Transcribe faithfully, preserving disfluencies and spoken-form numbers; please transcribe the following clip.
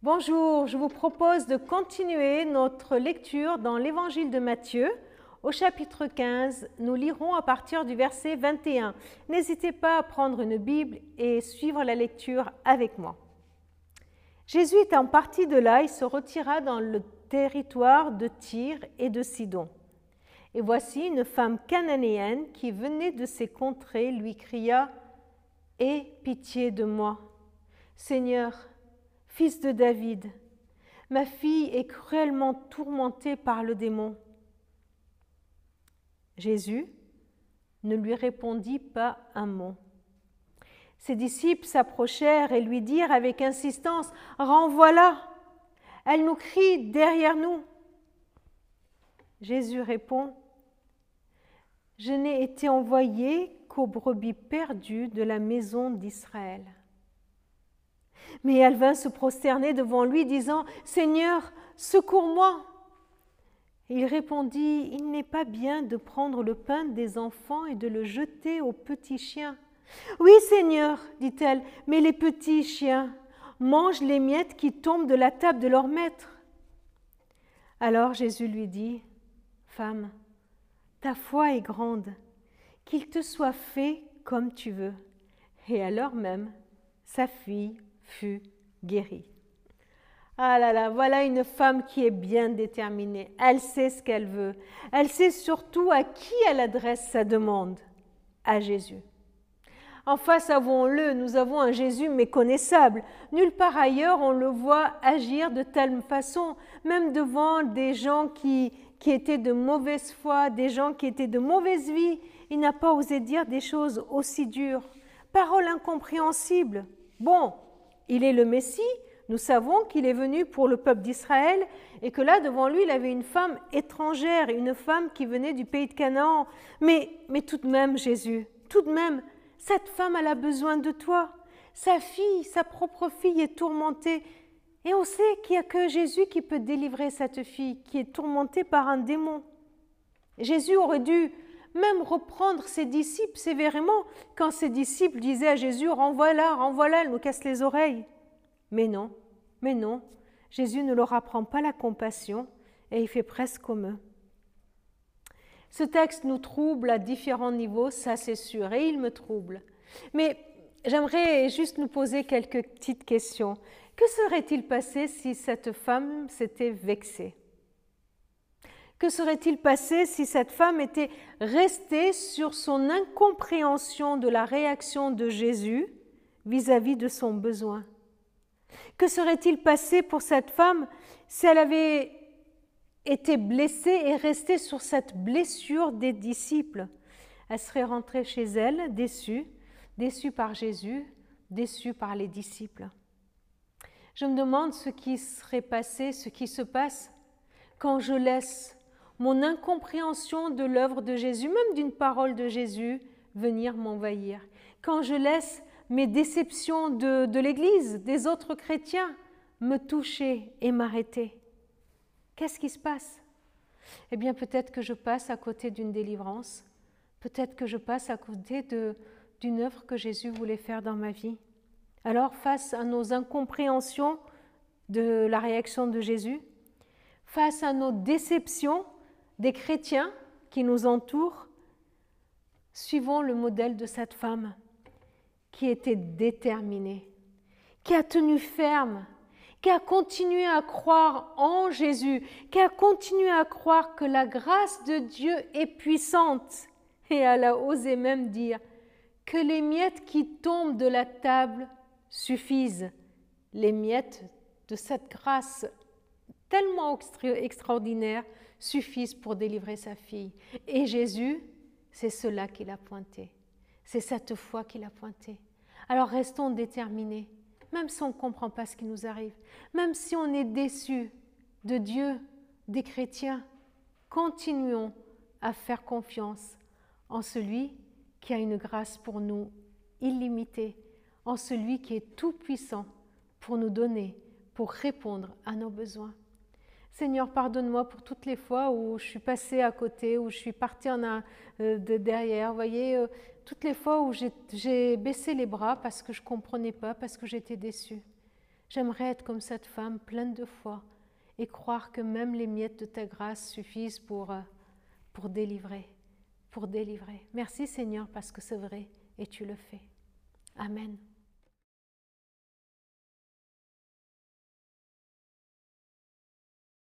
Bonjour, je vous propose de continuer notre lecture dans l'Évangile de Matthieu. Au chapitre quinze, nous lirons à partir du verset vingt et un. N'hésitez pas à prendre une Bible et suivre la lecture avec moi. Jésus étant parti de là, il se retira dans le territoire de Tyr et de Sidon. Et voici une femme cananéenne qui venait de ces contrées lui cria « Aie pitié de moi, Seigneur, fils de David, ma fille est cruellement tourmentée par le démon. » Jésus ne lui répondit pas un mot. Ses disciples s'approchèrent et lui dirent avec insistance « Renvoie-la, elle nous crie derrière nous. » Jésus répond « Je n'ai été envoyé qu'aux brebis perdues de la maison d'Israël. » Mais elle vint se prosterner devant lui, disant « Seigneur, secours-moi !» Il répondit « Il n'est pas bien de prendre le pain des enfants et de le jeter aux petits chiens. »« Oui, Seigneur, dit-elle, mais les petits chiens mangent les miettes qui tombent de la table de leur maître. » Alors Jésus lui dit « Femme, ta foi est grande, qu'il te soit fait comme tu veux. » Et à l'heure même, sa fille fut guérie. Ah là là, voilà une femme qui est bien déterminée. Elle sait ce qu'elle veut. Elle sait surtout à qui elle adresse sa demande. À Jésus. En face, avouons-le, nous avons un Jésus méconnaissable. Nulle part ailleurs on le voit agir de telle façon, même devant des gens qui, qui étaient de mauvaise foi, des gens qui étaient de mauvaise vie. Il n'a pas osé dire des choses aussi dures. Paroles incompréhensibles. Bon, il est le Messie, nous savons qu'il est venu pour le peuple d'Israël et que là, devant lui, il avait une femme étrangère, une femme qui venait du pays de Canaan. Mais, mais tout de même, Jésus, tout de même, cette femme, elle a besoin de toi. Sa fille, sa propre fille est tourmentée. Et on sait qu'il n'y a que Jésus qui peut délivrer cette fille qui est tourmentée par un démon. Jésus aurait dû même reprendre ses disciples sévèrement quand ses disciples disaient à Jésus « Renvoie-la, renvoie-la, elle nous casse les oreilles. » Mais non, mais non, Jésus ne leur apprend pas la compassion et il fait presque comme eux. Ce texte nous trouble à différents niveaux, ça c'est sûr, et il me trouble. Mais j'aimerais juste nous poser quelques petites questions. Que serait-il passé si cette femme s'était vexée ? Que serait-il passé si cette femme était restée sur son incompréhension de la réaction de Jésus vis-à-vis de son besoin ? Que serait-il passé pour cette femme si elle avait été blessée et restée sur cette blessure des disciples ? Elle serait rentrée chez elle déçue, déçue par Jésus, déçue par les disciples. Je me demande ce qui serait passé, ce qui se passe quand je laisse mon incompréhension de l'œuvre de Jésus, même d'une parole de Jésus, venir m'envahir. Quand je laisse mes déceptions de, de l'Église, des autres chrétiens, me toucher et m'arrêter. Qu'est-ce qui se passe ? Eh bien, peut-être que je passe à côté d'une délivrance, peut-être que je passe à côté de, d'une œuvre que Jésus voulait faire dans ma vie. Alors, face à nos incompréhensions de la réaction de Jésus, face à nos déceptions des chrétiens qui nous entourent, suivons le modèle de cette femme qui était déterminée, qui a tenu ferme, qui a continué à croire en Jésus, qui a continué à croire que la grâce de Dieu est puissante. Et elle a osé même dire que les miettes qui tombent de la table suffisent, les miettes de cette grâce tellement extraordinaire suffisent pour délivrer sa fille. Et Jésus, c'est cela qu'il a pointé. C'est cette foi qu'il a pointé. Alors restons déterminés, même si on ne comprend pas ce qui nous arrive, même si on est déçu de Dieu, des chrétiens, continuons à faire confiance en celui qui a une grâce pour nous illimitée, en celui qui est tout-puissant pour nous donner, pour répondre à nos besoins. Seigneur, pardonne-moi pour toutes les fois où je suis passée à côté, où je suis partie en un, euh, de derrière. Vous voyez, euh, toutes les fois où j'ai, j'ai baissé les bras parce que je ne comprenais pas, parce que j'étais déçue. J'aimerais être comme cette femme pleine de foi et croire que même les miettes de ta grâce suffisent pour, pour délivrer, pour délivrer. Merci Seigneur parce que c'est vrai et tu le fais. Amen.